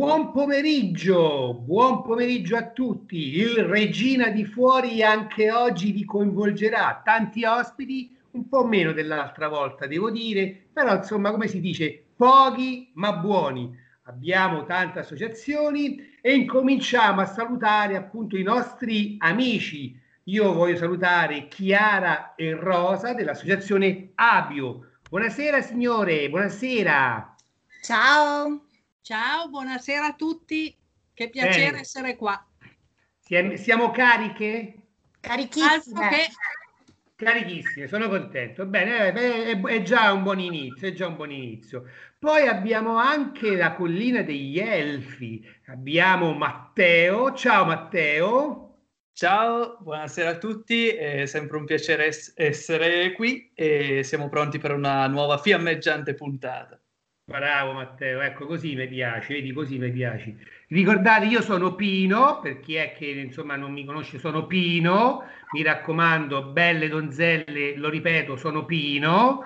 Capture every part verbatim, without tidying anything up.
Buon pomeriggio, buon pomeriggio a tutti. Il Regina di Fuori anche oggi vi coinvolgerà. Tanti ospiti, un po' meno dell'altra volta, devo dire, però insomma, come si dice, pochi ma buoni. Abbiamo tante associazioni e incominciamo a salutare appunto i nostri amici. Io voglio salutare Chiara e Rosa dell'associazione Abio. Buonasera signore, buonasera. Ciao. Ciao, buonasera a tutti, che piacere Bene. essere qua. Siamo, siamo cariche? Carichissime. Altro che Carichissime, sono contento. Bene, eh, è, è già un buon inizio, è già un buon inizio. Poi abbiamo anche la collina degli Elfi. Abbiamo Matteo. Ciao Matteo. Ciao, buonasera a tutti, è sempre un piacere es- essere qui e siamo pronti per una nuova fiammeggiante puntata. Bravo Matteo, ecco così mi piace, vedi così mi piace. Ricordate, io sono Pino, per chi è che insomma non mi conosce, sono Pino, mi raccomando, belle donzelle, lo ripeto, sono Pino,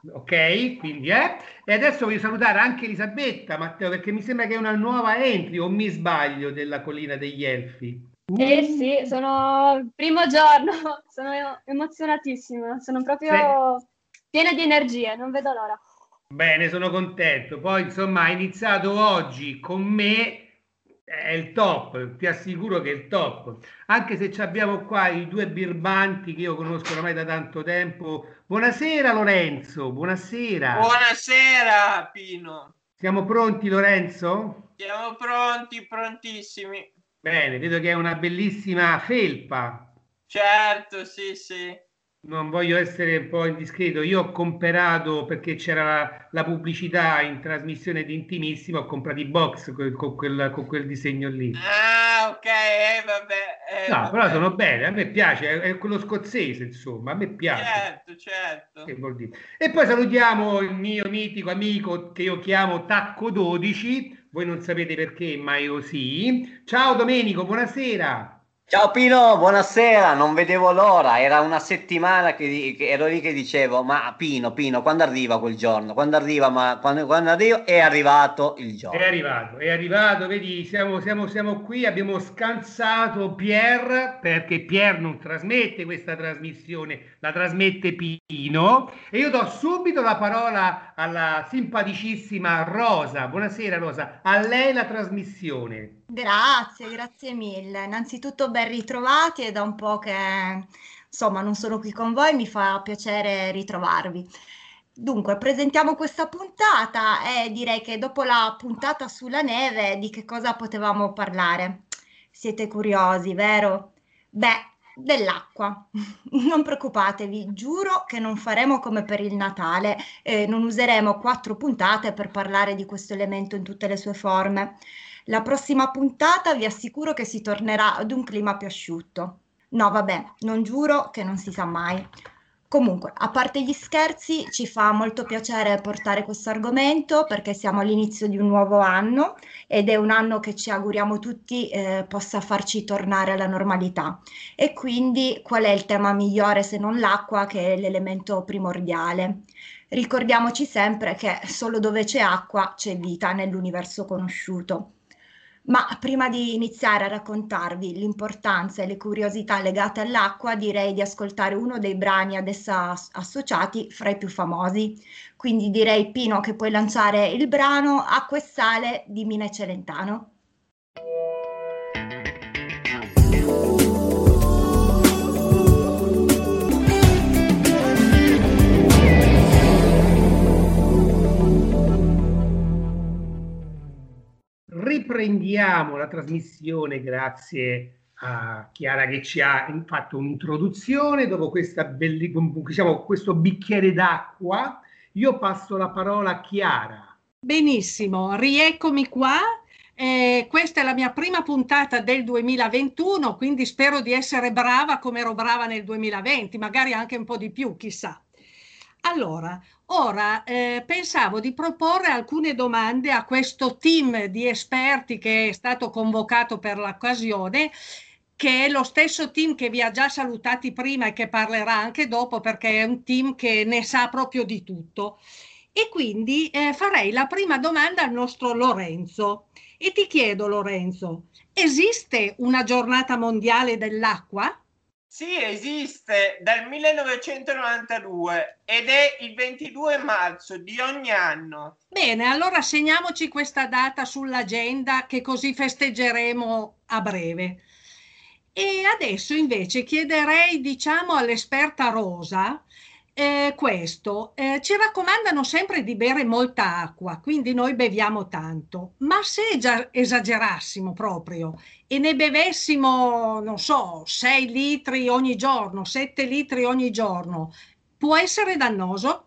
ok? Quindi eh. E adesso voglio salutare anche Elisabetta, Matteo, perché mi sembra che è una nuova entry, o mi sbaglio, della Collina degli Elfi. Eh sì, sono il primo giorno, sono emozionatissima, sono proprio Sì. piena di energie, non vedo l'ora. Bene, sono contento. Poi, insomma, ha iniziato oggi con me, è il top, ti assicuro che è il top. Anche se ci abbiamo qua i due birbanti che io conosco ormai da tanto tempo. Buonasera Lorenzo, buonasera. Buonasera Pino. Siamo pronti Lorenzo? Siamo pronti, prontissimi. Bene, vedo che è una bellissima felpa. Certo, sì, sì. Non voglio essere un po' indiscreto, io ho comprato perché c'era la, la pubblicità in trasmissione di Intimissimo, ho comprato i box con, con quel, con quel disegno lì. Ah, ok, eh, vabbè. Eh, No, vabbè. però sono belle, a me piace, è, è quello scozzese, insomma, a me piace. Certo, certo. Che vuol dire? E poi salutiamo il mio mitico amico che io chiamo Tacco dodici, voi non sapete perché, ma io sì. Ciao Domenico, buonasera. Ciao Pino, buonasera, non vedevo l'ora, era una settimana che, di- che ero lì che dicevo, ma Pino, Pino, quando arriva quel giorno? Quando arriva, ma quando, quando arriva? È arrivato il giorno. È arrivato, è arrivato, vedi, siamo, siamo, siamo qui, abbiamo scansato Pier, perché Pier non trasmette questa trasmissione, la trasmette Pino, e io do subito la parola alla simpaticissima Rosa. Buonasera Rosa, a lei la trasmissione. Grazie, grazie mille. Innanzitutto ben ritrovati, è da un po' che insomma non sono qui con voi, mi fa piacere ritrovarvi. Dunque, presentiamo questa puntata e direi che dopo la puntata sulla neve, di che cosa potevamo parlare? Siete curiosi, vero? Beh, dell'acqua. Non preoccupatevi, giuro che non faremo come per il Natale, eh, non useremo quattro puntate per parlare di questo elemento in tutte le sue forme. La prossima puntata vi assicuro che si tornerà ad un clima più asciutto. No, vabbè, non giuro che non si sa mai. Comunque, a parte gli scherzi, ci fa molto piacere portare questo argomento perché siamo all'inizio di un nuovo anno ed è un anno che ci auguriamo tutti eh, possa farci tornare alla normalità. E quindi qual è il tema migliore se non l'acqua, che è l'elemento primordiale? Ricordiamoci sempre che solo dove c'è acqua c'è vita nell'universo conosciuto. Ma prima di iniziare a raccontarvi l'importanza e le curiosità legate all'acqua, direi di ascoltare uno dei brani ad essa as- associati fra i più famosi. Quindi direi, Pino, che puoi lanciare il brano Acqua e sale di Mina e Celentano. Riprendiamo la trasmissione grazie a Chiara che ci ha fatto un'introduzione. Dopo questa belli- diciamo, questo bicchiere d'acqua, io passo la parola a Chiara. benissimo, rieccomi qua. Eh, questa è la mia prima puntata del duemilaventuno, quindi spero di essere brava come ero brava nel duemilaventi, magari anche un po' di più, chissà. Allora, ora eh, pensavo di proporre alcune domande a questo team di esperti che è stato convocato per l'occasione, che è lo stesso team che vi ha già salutati prima e che parlerà anche dopo, perché è un team che ne sa proprio di tutto. E quindi eh, farei la prima domanda al nostro Lorenzo. E ti chiedo, Lorenzo, esiste una giornata mondiale dell'acqua? Sì, esiste dal millenovecentonovantadue ed è il ventidue marzo di ogni anno. Bene, allora segniamoci questa data sull'agenda che così festeggeremo a breve. E adesso invece chiederei, diciamo, all'esperta Rosa eh, questo. Eh, ci raccomandano sempre di bere molta acqua, quindi noi beviamo tanto, ma se già esagerassimo proprio e ne bevessimo, non so, sei litri ogni giorno, sette litri ogni giorno, può essere dannoso?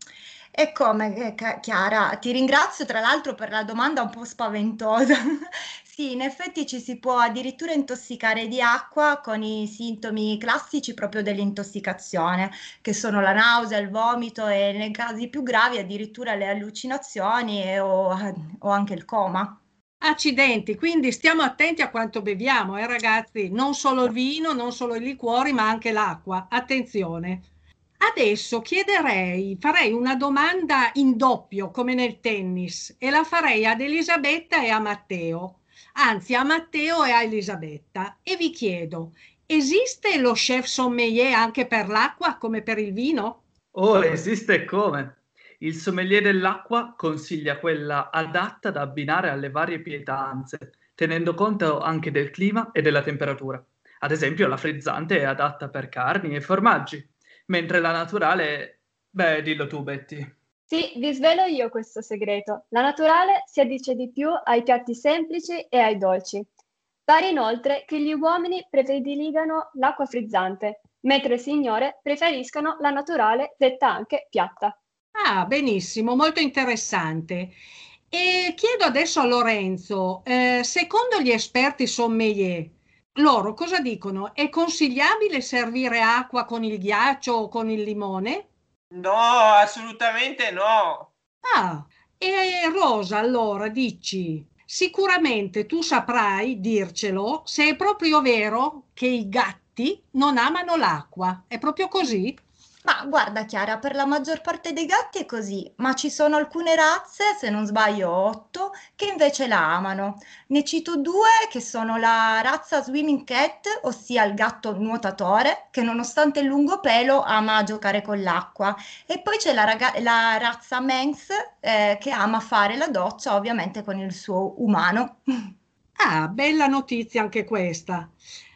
E come, eh, Ca- Chiara, ti ringrazio tra l'altro per la domanda un po' spaventosa. Sì, in effetti ci si può addirittura intossicare di acqua con i sintomi classici proprio dell'intossicazione, che sono la nausea, il vomito e nei casi più gravi addirittura le allucinazioni e- o, o anche il coma. Accidenti, quindi stiamo attenti a quanto beviamo, eh ragazzi, non solo il vino, non solo i liquori, ma anche l'acqua. Attenzione. Adesso chiederei, farei una domanda in doppio come nel tennis e la farei ad Elisabetta e a Matteo, anzi a Matteo e a Elisabetta e vi chiedo, esiste lo chef sommelier anche per l'acqua come per il vino? Oh, esiste come? Il sommelier dell'acqua consiglia quella adatta da abbinare alle varie pietanze, tenendo conto anche del clima e della temperatura. Ad esempio, la frizzante è adatta per carni e formaggi, mentre la naturale, beh, dillo tu, Betty. Sì, vi svelo io questo segreto. La naturale si addice di più ai piatti semplici e ai dolci. Pare inoltre che gli uomini prediligano l'acqua frizzante, mentre le signore preferiscono la naturale, detta anche piatta. Ah, benissimo, molto interessante. E chiedo adesso a Lorenzo, eh, secondo gli esperti sommelier, loro cosa dicono? È consigliabile servire acqua con il ghiaccio o con il limone? No, assolutamente no. Ah, e Rosa, allora dici, sicuramente tu saprai dircelo se è proprio vero che i gatti non amano l'acqua. È proprio così? Ma guarda Chiara, per la maggior parte dei gatti è così, ma ci sono alcune razze, se non sbaglio otto, che invece la amano. Ne cito due che sono la razza Swimming Cat, ossia il gatto nuotatore, che nonostante il lungo pelo ama giocare con l'acqua. E poi c'è la, raga- la razza Manx, eh, che ama fare la doccia ovviamente con il suo umano. Ah, bella notizia anche questa.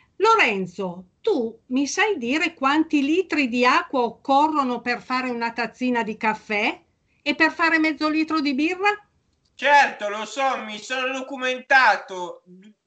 Lorenzo, tu mi sai dire quanti litri di acqua occorrono per fare una tazzina di caffè e per fare mezzo litro di birra? Certo, lo so, mi sono documentato.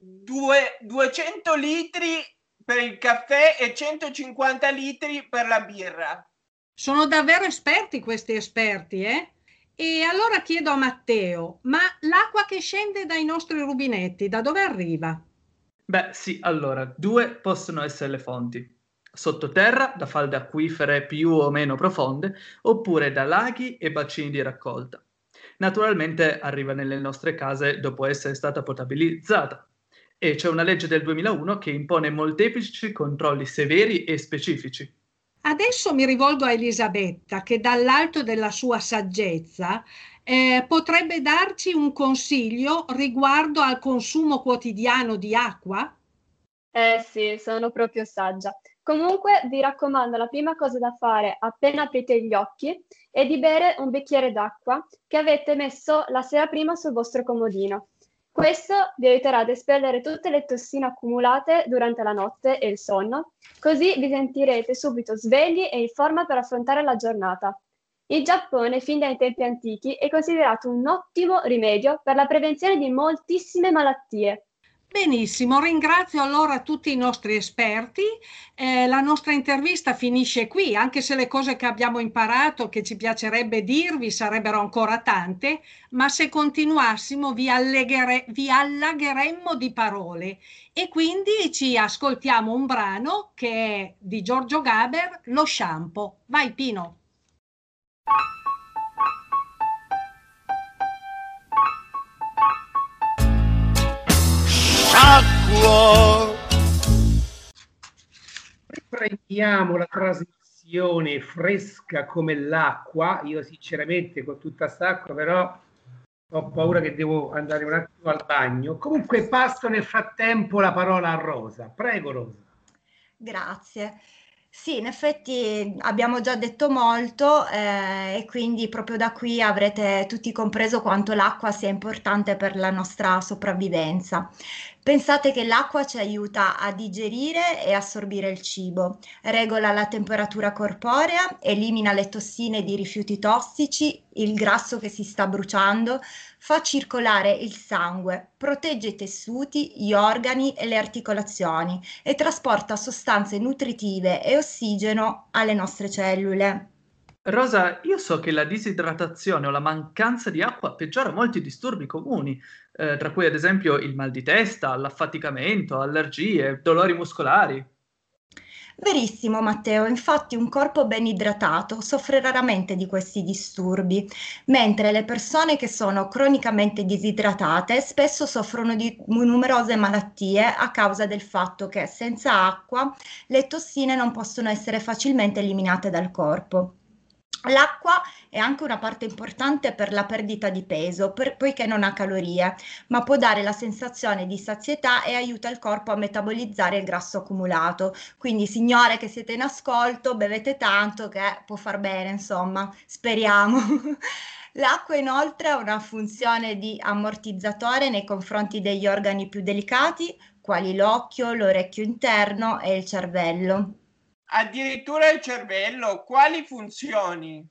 Due- duecento litri per il caffè e centocinquanta litri per la birra. Sono davvero esperti questi esperti, eh? E allora chiedo a Matteo, ma l'acqua che scende dai nostri rubinetti, da dove arriva? Beh, sì, allora, due possono essere le fonti. Sottoterra, da falde acquifere più o meno profonde, oppure da laghi e bacini di raccolta. Naturalmente arriva nelle nostre case dopo essere stata potabilizzata. E c'è una legge del duemilauno che impone molteplici controlli severi e specifici. Adesso mi rivolgo a Elisabetta, che dall'alto della sua saggezza eh, potrebbe darci un consiglio riguardo al consumo quotidiano di acqua? Eh sì, sono proprio saggia. Comunque vi raccomando, la prima cosa da fare appena aprite gli occhi è di bere un bicchiere d'acqua che avete messo la sera prima sul vostro comodino. Questo vi aiuterà ad espellere tutte le tossine accumulate durante la notte e il sonno, così vi sentirete subito svegli e in forma per affrontare la giornata. Il Giappone, fin dai tempi antichi, è considerato un ottimo rimedio per la prevenzione di moltissime malattie. Benissimo, ringrazio allora tutti i nostri esperti. Eh, la nostra intervista finisce qui, anche se le cose che abbiamo imparato, che ci piacerebbe dirvi, sarebbero ancora tante, ma se continuassimo vi, alleghere- vi allagheremmo di parole. E quindi ci ascoltiamo un brano che è di Giorgio Gaber, Lo shampoo. Vai Pino. Riprendiamo la trasmissione un'emozione fresca come l'acqua. Io sinceramente con tutta quest'acqua però ho paura che devo andare un attimo al bagno. Comunque passo nel frattempo la parola a Rosa. Prego Rosa. Grazie. Sì, in effetti abbiamo già detto molto eh, e quindi proprio da qui avrete tutti compreso quanto l'acqua sia importante per la nostra sopravvivenza. Pensate che l'acqua ci aiuta a digerire e assorbire il cibo, regola la temperatura corporea, elimina le tossine di rifiuti tossici, il grasso che si sta bruciando, fa circolare il sangue, protegge i tessuti, gli organi e le articolazioni e trasporta sostanze nutritive e ossigeno alle nostre cellule. Rosa, io so che la disidratazione o la mancanza di acqua peggiora molti disturbi comuni, eh, tra cui ad esempio il mal di testa, l'affaticamento, allergie, dolori muscolari. Verissimo Matteo, infatti un corpo ben idratato soffre raramente di questi disturbi, mentre le persone che sono cronicamente disidratate spesso soffrono di numerose malattie a causa del fatto che senza acqua le tossine non possono essere facilmente eliminate dal corpo. L'acqua è anche una parte importante per la perdita di peso, per, poiché non ha calorie, ma può dare la sensazione di sazietà e aiuta il corpo a metabolizzare il grasso accumulato. Quindi, signore che siete in ascolto, bevete tanto che può far bene, insomma, speriamo. L'acqua inoltre ha una funzione di ammortizzatore nei confronti degli organi più delicati, quali l'occhio, l'orecchio interno e il cervello. Addirittura il cervello, quali funzioni?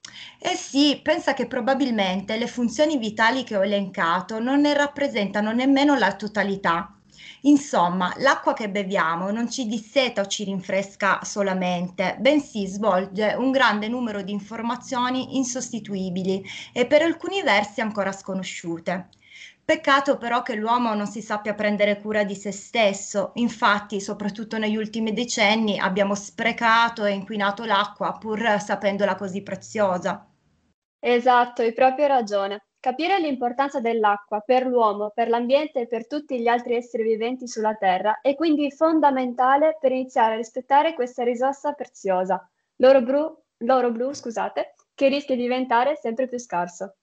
Eh sì, pensa che probabilmente le funzioni vitali che ho elencato non ne rappresentano nemmeno la totalità. Insomma, l'acqua che beviamo non ci disseta o ci rinfresca solamente, bensì svolge un grande numero di informazioni insostituibili e per alcuni versi ancora sconosciute. Peccato però che l'uomo non si sappia prendere cura di se stesso, infatti soprattutto negli ultimi decenni abbiamo sprecato e inquinato l'acqua pur sapendola così preziosa. Esatto, hai proprio ragione. Capire l'importanza dell'acqua per l'uomo, per l'ambiente e per tutti gli altri esseri viventi sulla Terra è quindi fondamentale per iniziare a rispettare questa risorsa preziosa, l'oro blu, l'oro blu, scusate, che rischia di diventare sempre più scarso.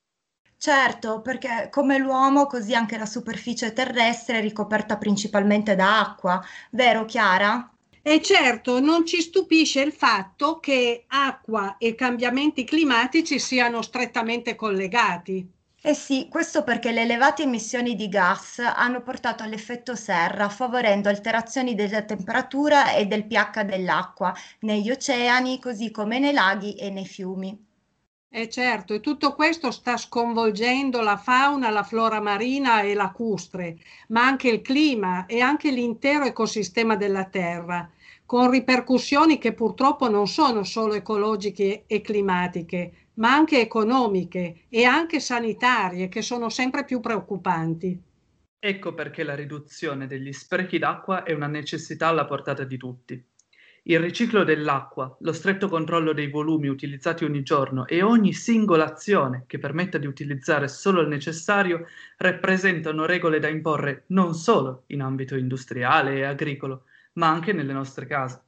Certo, perché come l'uomo, così anche la superficie terrestre è ricoperta principalmente da acqua, vero Chiara? E certo, non ci stupisce il fatto che acqua e cambiamenti climatici siano strettamente collegati. Eh sì, questo perché le elevate emissioni di gas hanno portato all'effetto serra, favorendo alterazioni della temperatura e del pH dell'acqua negli oceani, così come nei laghi e nei fiumi. E certo, e tutto questo sta sconvolgendo la fauna, la flora marina e lacustre, ma anche il clima e anche l'intero ecosistema della Terra, con ripercussioni che purtroppo non sono solo ecologiche e climatiche, ma anche economiche e anche sanitarie, che sono sempre più preoccupanti. Ecco perché la riduzione degli sprechi d'acqua è una necessità alla portata di tutti. Il riciclo dell'acqua, lo stretto controllo dei volumi utilizzati ogni giorno e ogni singola azione che permetta di utilizzare solo il necessario rappresentano regole da imporre non solo in ambito industriale e agricolo, ma anche nelle nostre case.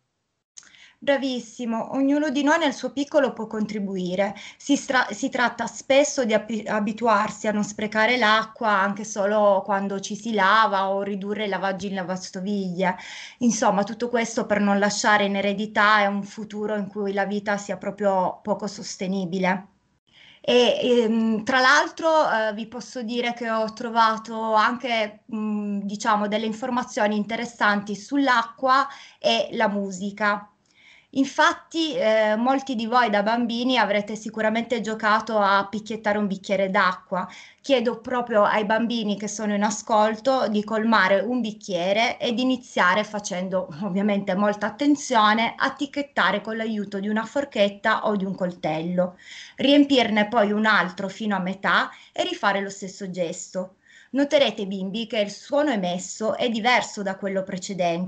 Bravissimo, ognuno di noi nel suo piccolo può contribuire. Si, stra- si tratta spesso di api- abituarsi a non sprecare l'acqua anche solo quando ci si lava o ridurre i lavaggi in lavastoviglie. Insomma, tutto questo per non lasciare in eredità un futuro in cui la vita sia proprio poco sostenibile. E ehm, tra l'altro eh, vi posso dire che ho trovato anche mh, diciamo delle informazioni interessanti sull'acqua e la musica. Infatti, eh, molti di voi da bambini avrete sicuramente giocato a picchiettare un bicchiere d'acqua. Chiedo proprio ai bambini che sono in ascolto di colmare un bicchiere ed iniziare facendo ovviamente molta attenzione a ticchettare con l'aiuto di una forchetta o di un coltello. Riempirne poi un altro fino a metà e rifare lo stesso gesto. Noterete, bimbi, che il suono emesso è diverso da quello precedente.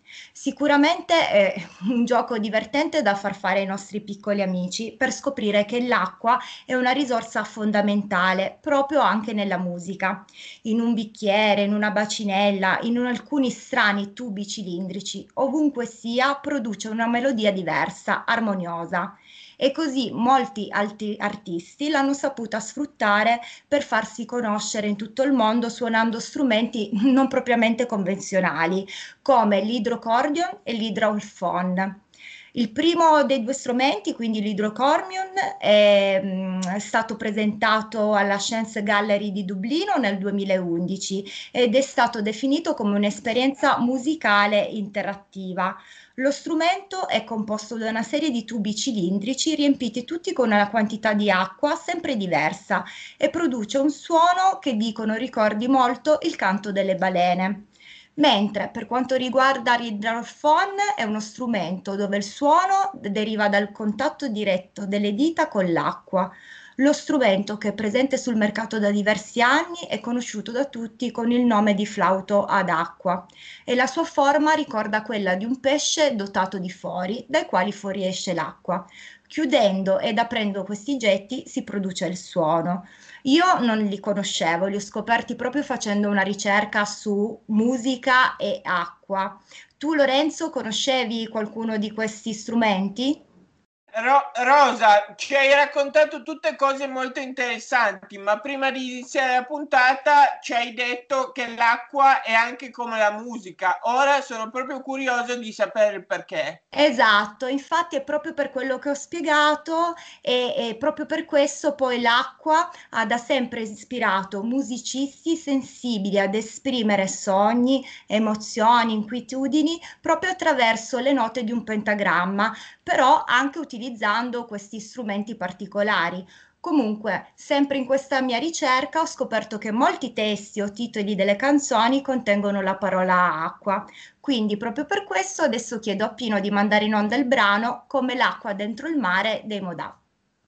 Sicuramente è un gioco divertente da far fare ai nostri piccoli amici per scoprire che l'acqua è una risorsa fondamentale proprio anche nella musica. In un bicchiere, in una bacinella, in un- alcuni strani tubi cilindrici, ovunque sia, produce una melodia diversa, armoniosa. E così molti altri artisti l'hanno saputa sfruttare per farsi conoscere in tutto il mondo suonando strumenti non propriamente convenzionali, come l'idrocordion e l'idraulfon. Il primo dei due strumenti, quindi l'idrocordion, è, mm, è stato presentato alla Science Gallery di Dublino nel duemilaundici ed è stato definito come un'esperienza musicale interattiva. Lo strumento è composto da una serie di tubi cilindrici riempiti tutti con una quantità di acqua sempre diversa e produce un suono che dicono ricordi molto il canto delle balene. Mentre per quanto riguarda l'idraulfon è uno strumento dove il suono deriva dal contatto diretto delle dita con l'acqua. Lo strumento, che è presente sul mercato da diversi anni, è conosciuto da tutti con il nome di flauto ad acqua e la sua forma ricorda quella di un pesce dotato di fori dai quali fuoriesce l'acqua. Chiudendo ed aprendo questi getti si produce il suono. Io non li conoscevo, li ho scoperti proprio facendo una ricerca su musica e acqua. Tu, Lorenzo, conoscevi qualcuno di questi strumenti? Ro- Rosa, ci hai raccontato tutte cose molto interessanti, ma prima di iniziare la puntata ci hai detto che l'acqua è anche come la musica. Ora sono proprio curioso di sapere il perché. Esatto, infatti è proprio per quello che ho spiegato e, e proprio per questo poi l'acqua ha da sempre ispirato musicisti sensibili ad esprimere sogni, emozioni, inquietudini proprio attraverso le note di un pentagramma, però anche utilizzando questi strumenti particolari. Comunque, sempre in questa mia ricerca ho scoperto che molti testi o titoli delle canzoni contengono la parola acqua. Quindi proprio per questo adesso chiedo a Pino di mandare in onda il brano Come l'acqua dentro il mare dei Modà.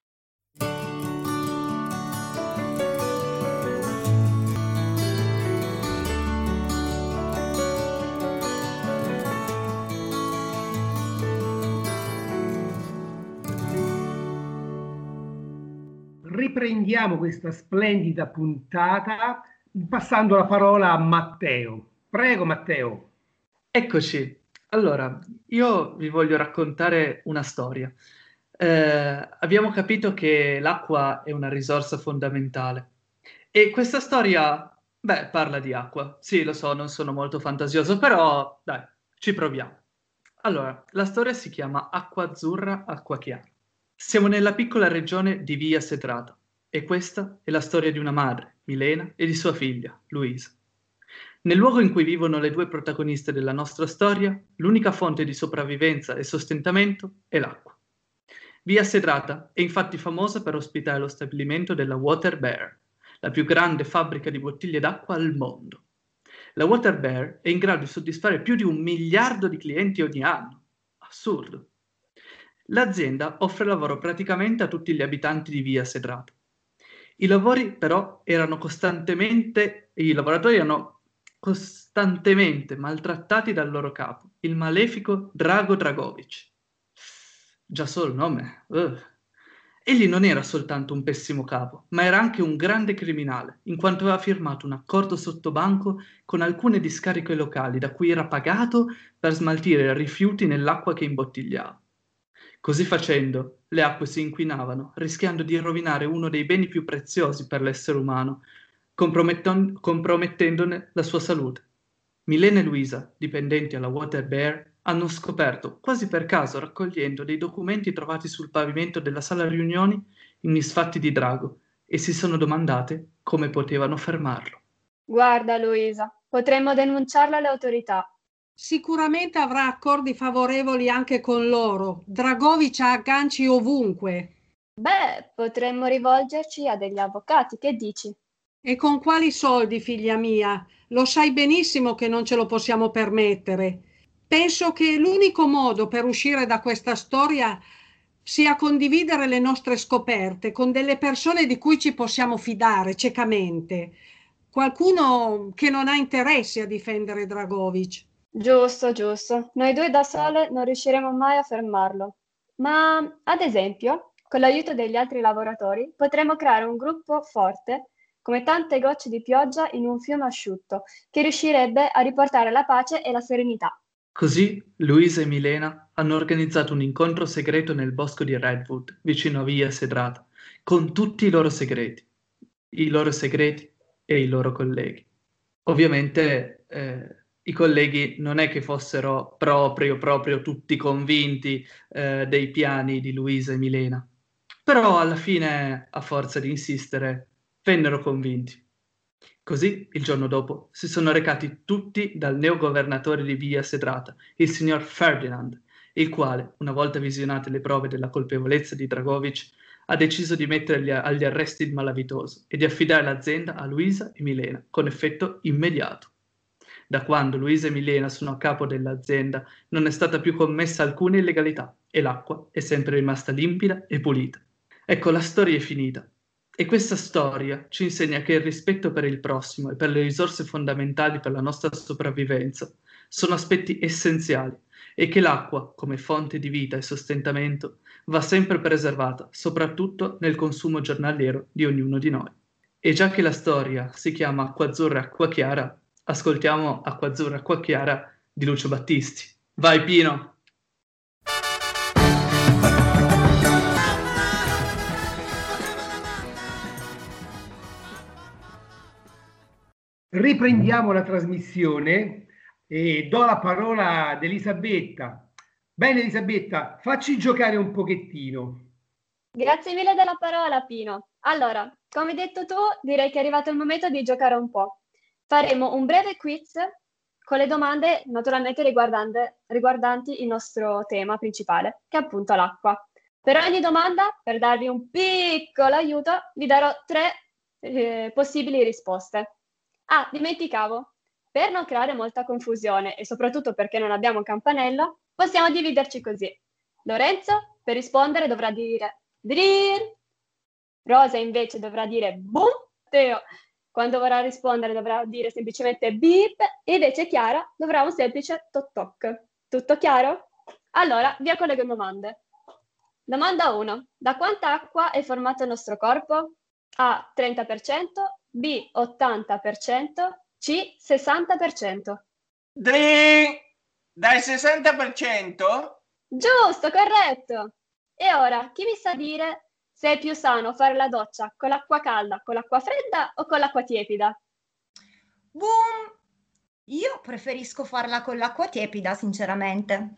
Riprendiamo questa splendida puntata passando la parola a Matteo. Prego, Matteo. Eccoci. Allora, io vi voglio raccontare una storia. Eh, abbiamo capito che l'acqua è una risorsa fondamentale e questa storia, beh, parla di acqua. Sì, lo so, non sono molto fantasioso, però dai, ci proviamo. Allora, la storia si chiama Acqua Azzurra, Acqua Chiara. Siamo nella piccola regione di Via Setrata e questa è la storia di una madre, Milena, e di sua figlia, Luisa. Nel luogo in cui vivono le due protagoniste della nostra storia, l'unica fonte di sopravvivenza e sostentamento è l'acqua. Via Setrata è infatti famosa per ospitare lo stabilimento della Water Bear, la più grande fabbrica di bottiglie d'acqua al mondo. La Water Bear è in grado di soddisfare più di un miliardo di clienti ogni anno. Assurdo. L'azienda offre lavoro praticamente a tutti gli abitanti di Via Setrata. I lavori però erano costantemente, i lavoratori erano costantemente maltrattati dal loro capo, il malefico Drago Dragovic. Già solo il nome. Uh. Egli non era soltanto un pessimo capo, ma era anche un grande criminale, in quanto aveva firmato un accordo sottobanco con alcune discariche locali da cui era pagato per smaltire rifiuti nell'acqua che imbottigliava. Così facendo, le acque si inquinavano, rischiando di rovinare uno dei beni più preziosi per l'essere umano, comprometton- compromettendone la sua salute. Milena e Luisa, dipendenti alla Water Bear, hanno scoperto, quasi per caso raccogliendo dei documenti trovati sul pavimento della sala riunioni, i misfatti di Drago e si sono domandate come potevano fermarlo. Guarda, Luisa, potremmo denunciarla alle autorità. Sicuramente avrà accordi favorevoli anche con loro. Dragovic ha agganci ovunque. Beh, potremmo rivolgerci a degli avvocati, che dici? E con quali soldi, figlia mia? Lo sai benissimo che non ce lo possiamo permettere. Penso che l'unico modo per uscire da questa storia sia condividere le nostre scoperte con delle persone di cui ci possiamo fidare ciecamente. Qualcuno che non ha interessi a difendere Dragovic. Giusto, giusto. Noi due da sole non riusciremo mai a fermarlo. Ma, ad esempio, con l'aiuto degli altri lavoratori, potremo creare un gruppo forte, come tante gocce di pioggia in un fiume asciutto, che riuscirebbe a riportare la pace e la serenità. Così Luisa e Milena hanno organizzato un incontro segreto nel bosco di Redwood, vicino a Via Sedrata, con tutti i loro segreti, i loro segreti e i loro colleghi. Ovviamente eh, i colleghi non è che fossero proprio, proprio tutti convinti eh, dei piani di Luisa e Milena, però alla fine, a forza di insistere, vennero convinti. Così, il giorno dopo, si sono recati tutti dal neogovernatore di Via Sedrata, il signor Ferdinand, il quale, una volta visionate le prove della colpevolezza di Dragovic, ha deciso di mettere agli, agli arresti il malavitoso e di affidare l'azienda a Luisa e Milena, con effetto immediato. Da quando Luisa e Milena sono a capo dell'azienda, non è stata più commessa alcuna illegalità e l'acqua è sempre rimasta limpida e pulita. Ecco, la storia è finita. E questa storia ci insegna che il rispetto per il prossimo e per le risorse fondamentali per la nostra sopravvivenza sono aspetti essenziali e che l'acqua, come fonte di vita e sostentamento, va sempre preservata, soprattutto nel consumo giornaliero di ognuno di noi. E già che la storia si chiama Acqua Azzurra e Acqua Chiara, ascoltiamo Acqua Azzurra e Acqua Chiara di Lucio Battisti. Vai Pino! Riprendiamo la trasmissione e do la parola ad Elisabetta. Bene Elisabetta, facci giocare un pochettino. Grazie mille della parola, Pino. Allora, come hai detto tu, direi che è arrivato il momento di giocare un po'. Faremo un breve quiz con le domande naturalmente riguardanti il nostro tema principale, che è appunto l'acqua. Per ogni domanda, per darvi un piccolo aiuto, vi darò tre eh, possibili risposte. Ah, dimenticavo, per non creare molta confusione e soprattutto perché non abbiamo un campanello, possiamo dividerci così. Lorenzo, per rispondere, dovrà dire drir. Rosa invece dovrà dire boom. Teo, quando vorrà rispondere, dovrà dire semplicemente beep. E invece Chiara dovrà un semplice toc toc. Tutto chiaro? Allora, via con le domande. Domanda uno. Da quanta acqua è formato il nostro corpo? A. trenta per cento, B. ottanta per cento, C. sessanta per cento. Dri! Dal sessanta per cento? Giusto, corretto! E ora, chi mi sa dire se è più sano fare la doccia con l'acqua calda, con l'acqua fredda o con l'acqua tiepida? Boom! Io preferisco farla con l'acqua tiepida, sinceramente.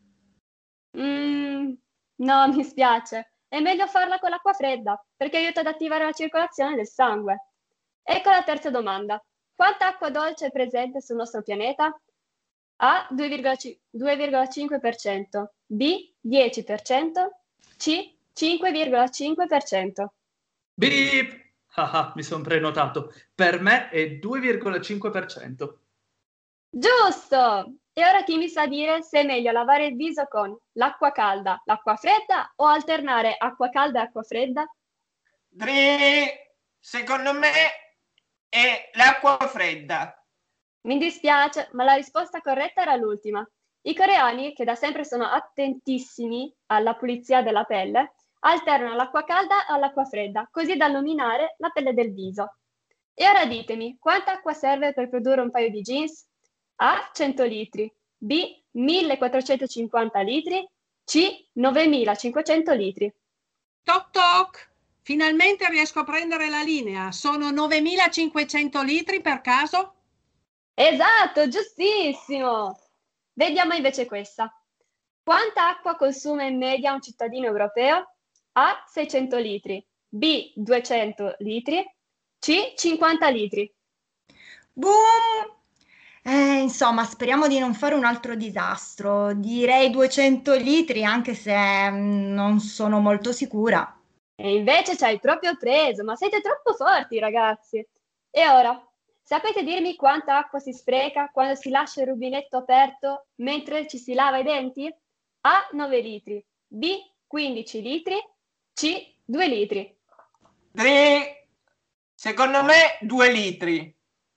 Mm, no, mi spiace. È meglio farla con l'acqua fredda, perché aiuta ad attivare la circolazione del sangue. Ecco la terza domanda. Quanta acqua dolce è presente sul nostro pianeta? A. due virgola cinque per cento, B. dieci per cento, C. cinque virgola cinque per cento. Beep! Ah, mi sono prenotato. Per me è due virgola cinque per cento. Giusto! E ora chi mi sa dire se è meglio lavare il viso con l'acqua calda, l'acqua fredda o alternare acqua calda e acqua fredda? Dri! Secondo me è l'acqua fredda. Mi dispiace, ma la risposta corretta era l'ultima. I coreani, che da sempre sono attentissimi alla pulizia della pelle, alternano l'acqua calda all'acqua fredda, così da illuminare la pelle del viso. E ora ditemi, quanta acqua serve per produrre un paio di jeans? A. cento litri, B. millequattrocentocinquanta litri, C. novemilacinquecento litri. Toc toc! Finalmente riesco a prendere la linea. Sono novemilacinquecento litri per caso? Esatto, giustissimo! Vediamo invece questa. Quanta acqua consuma in media un cittadino europeo? A. seicento litri, B. duecento litri, C. cinquanta litri. Boom! Eh, insomma, speriamo di non fare un altro disastro. Direi duecento litri, anche se mm, non sono molto sicura. E invece ci hai proprio preso, ma siete troppo forti, ragazzi. E ora, sapete dirmi quanta acqua si spreca quando si lascia il rubinetto aperto mentre ci si lava i denti? A. nove litri, B. quindici litri, C. due litri. Dri! Secondo me due litri.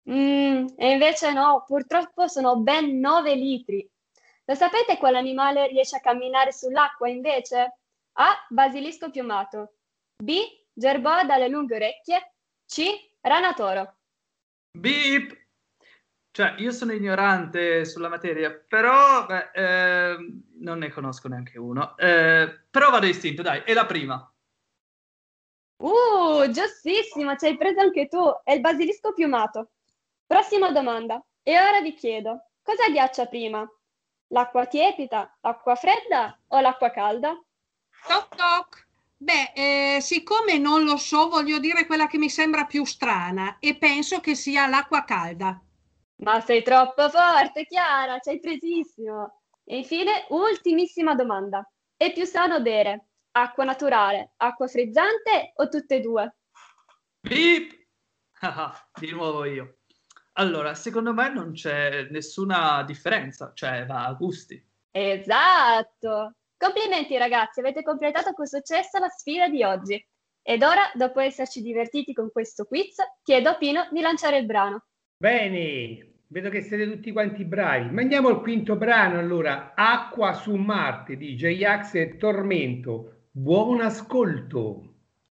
Mm, e invece no, purtroppo sono ben nove litri. Lo sapete quale animale riesce a camminare sull'acqua invece? A. Basilisco piumato. B. Gerboa dalle lunghe orecchie. C. Rana toro. Beep! Cioè, io sono ignorante sulla materia, però beh, eh, non ne conosco neanche uno. Eh, però vado istinto, dai, è la prima. Uh, giustissimo, ci hai preso anche tu. È il basilisco piumato. Prossima domanda. E ora vi chiedo, cosa ghiaccia prima? L'acqua tiepida, l'acqua fredda o l'acqua calda? Toc toc. Beh, eh, siccome non lo so, voglio dire quella che mi sembra più strana e penso che sia l'acqua calda. Ma sei troppo forte, Chiara, ci hai presissimo. E infine, ultimissima domanda. È più sano bere acqua naturale, acqua frizzante o tutte e due? Beep! Ah, di nuovo io. Allora, secondo me non c'è nessuna differenza, cioè va a gusti. Esatto! Complimenti ragazzi, avete completato con successo la sfida di oggi. Ed ora, dopo esserci divertiti con questo quiz, chiedo a Pino di lanciare il brano. Bene, vedo che siete tutti quanti bravi. Ma andiamo al quinto brano allora. Acqua su Marte di J-Ax e Tormento. Buon ascolto.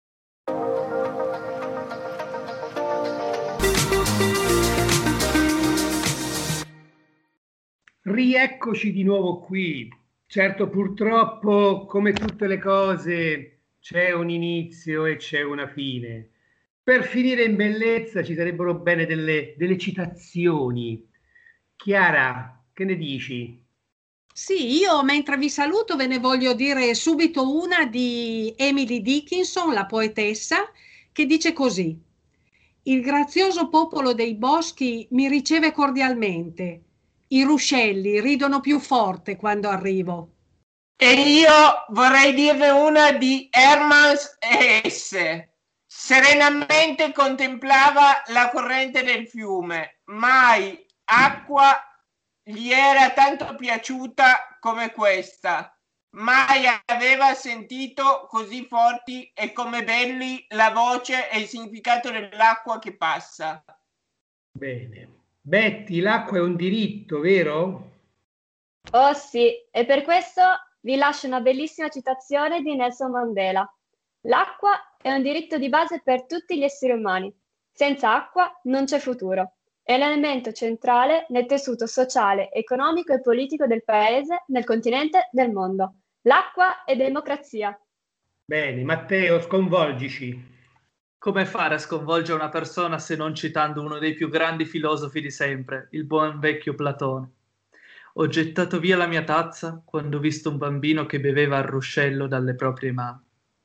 Rieccoci di nuovo qui. Certo, purtroppo, come tutte le cose, c'è un inizio e c'è una fine. Per finire in bellezza ci sarebbero bene delle, delle citazioni. Chiara, che ne dici? Sì, io mentre vi saluto ve ne voglio dire subito una di Emily Dickinson, la poetessa, che dice così: il grazioso popolo dei boschi mi riceve cordialmente. I ruscelli ridono più forte quando arrivo. E io vorrei dirne una di Hermans Hesse. Serenamente contemplava la corrente del fiume, mai acqua gli era tanto piaciuta come questa, mai aveva sentito così forti e come belli la voce e il significato dell'acqua che passa. Bene. Betty, l'acqua è un diritto, vero? Oh sì, e per questo vi lascio una bellissima citazione di Nelson Mandela. L'acqua è un diritto di base per tutti gli esseri umani. Senza acqua non c'è futuro. È l'elemento centrale nel tessuto sociale, economico e politico del paese, del continente, del mondo. L'acqua è democrazia. Bene, Matteo, sconvolgici. Come fare a sconvolgere una persona se non citando uno dei più grandi filosofi di sempre, il buon vecchio Platone? Ho gettato via la mia tazza quando ho visto un bambino che beveva al ruscello dalle proprie mani.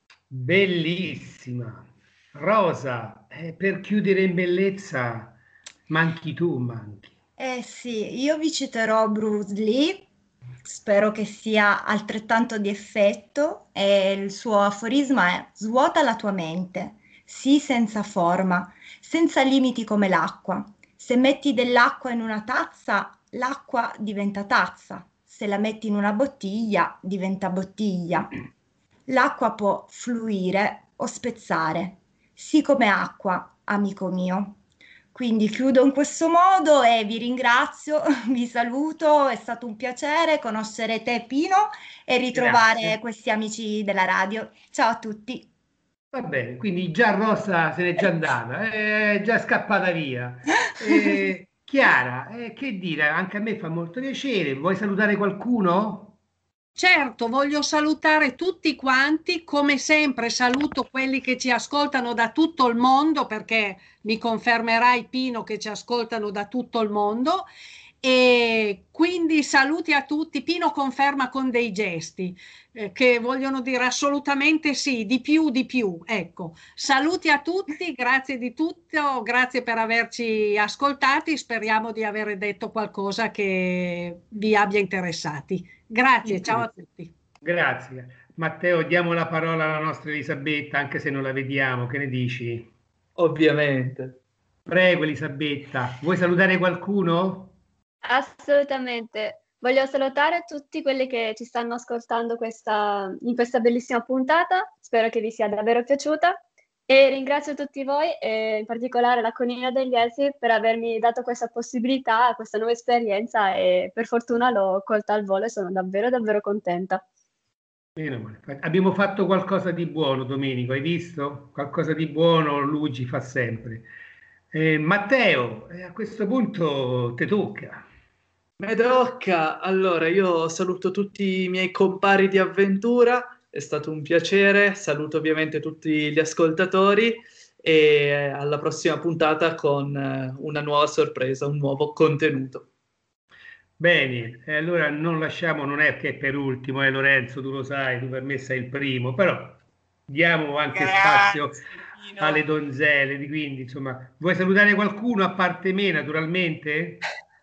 Bellissima. Rosa, eh, per chiudere in bellezza, manchi tu, manchi. Eh sì, io vi citerò Bruce Lee, spero che sia altrettanto di effetto e il suo aforisma è: svuota la tua mente, sii senza forma, senza limiti come l'acqua. Se metti dell'acqua in una tazza, l'acqua diventa tazza, se la metti in una bottiglia, diventa bottiglia. L'acqua può fluire o spezzare, sì come acqua, amico mio. Quindi chiudo in questo modo e vi ringrazio, vi saluto, è stato un piacere conoscere te, Pino, e ritrovare Grazie. questi amici della radio. Ciao a tutti. Va bene, quindi già Rosa se n'è già andata, è già scappata via. Eh, Chiara, eh, che dire, anche a me fa molto piacere. Vuoi salutare qualcuno? Certo, voglio salutare tutti quanti, come sempre saluto quelli che ci ascoltano da tutto il mondo, perché mi confermerai, Pino, che ci ascoltano da tutto il mondo, e quindi saluti a tutti. Pino conferma con dei gesti eh, che vogliono dire assolutamente sì, di più, di più. Ecco, saluti a tutti, grazie di tutto, grazie per averci ascoltati, speriamo di aver detto qualcosa che vi abbia interessati. Grazie, ciao a tutti. Grazie. Matteo, diamo la parola alla nostra Elisabetta, anche se non la vediamo, che ne dici? Ovviamente. Prego, Elisabetta, vuoi salutare qualcuno? Assolutamente. Voglio salutare tutti quelli che ci stanno ascoltando questa, in questa bellissima puntata. Spero che vi sia davvero piaciuta. E ringrazio tutti voi e in particolare la Collina degli Elfi per avermi dato questa possibilità, questa nuova esperienza e per fortuna l'ho colta al volo e sono davvero davvero contenta. Meno male. Abbiamo fatto qualcosa di buono, Domenico, hai visto? Qualcosa di buono Luigi fa sempre. Eh, Matteo, eh, a questo punto te tocca. Me tocca. Allora, io saluto tutti i miei compari di avventura, è stato un piacere, saluto ovviamente tutti gli ascoltatori e alla prossima puntata con eh, una nuova sorpresa, un nuovo contenuto. Bene, e allora non lasciamo, non è che è per ultimo, eh, Lorenzo, tu lo sai, tu per me sei il primo, però diamo anche Grazie, spazio Pino. alle donzelle, di- quindi insomma, vuoi salutare qualcuno a parte me, naturalmente?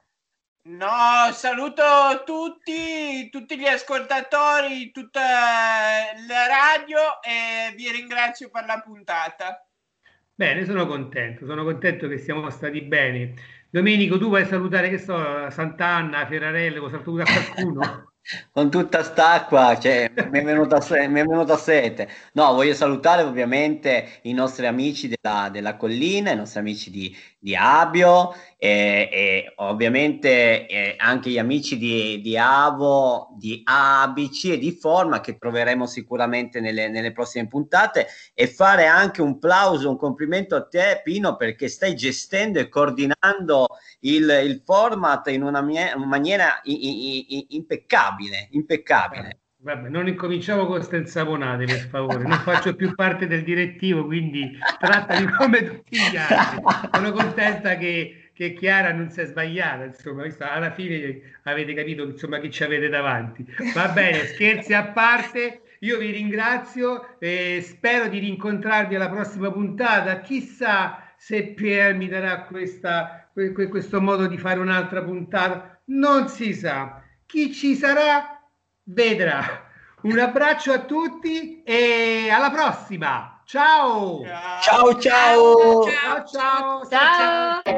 No, saluto tutti, tutti gli ascoltatori, tutta la radio e vi ringrazio per la puntata. Bene, sono contento, sono contento che siamo stati bene. Domenico, tu vuoi salutare, che so, Sant'Anna, Ferrarelle, vuoi salutare qualcuno? Con tutta st'acqua, cioè, mi è venuta, se- mi è venuta sete. No, voglio salutare ovviamente i nostri amici della, della collina, i nostri amici di, di Abio e, e ovviamente eh, anche gli amici di, di Avo, di A B C e di Forma che troveremo sicuramente nelle, nelle prossime puntate e fare anche un plauso, un complimento a te, Pino, perché stai gestendo e coordinando il, il format in una, mie- una maniera i- i- i- impeccabile, impeccabile. Vabbè, non incominciamo con queste insaponate, per favore. Non faccio più parte del direttivo, quindi trattami come tutti gli altri. Sono contenta che, che Chiara non si è sbagliata, insomma, visto, alla fine avete capito insomma, chi ci avete davanti. Va bene, scherzi a parte, io vi ringrazio e spero di rincontrarvi alla prossima puntata. Chissà se Pier mi darà questa, que- que- questo modo di fare un'altra puntata, non si sa. Chi ci sarà vedrà. Un abbraccio a tutti e alla prossima. Ciao. Ciao ciao! Ciao ciao. Ciao!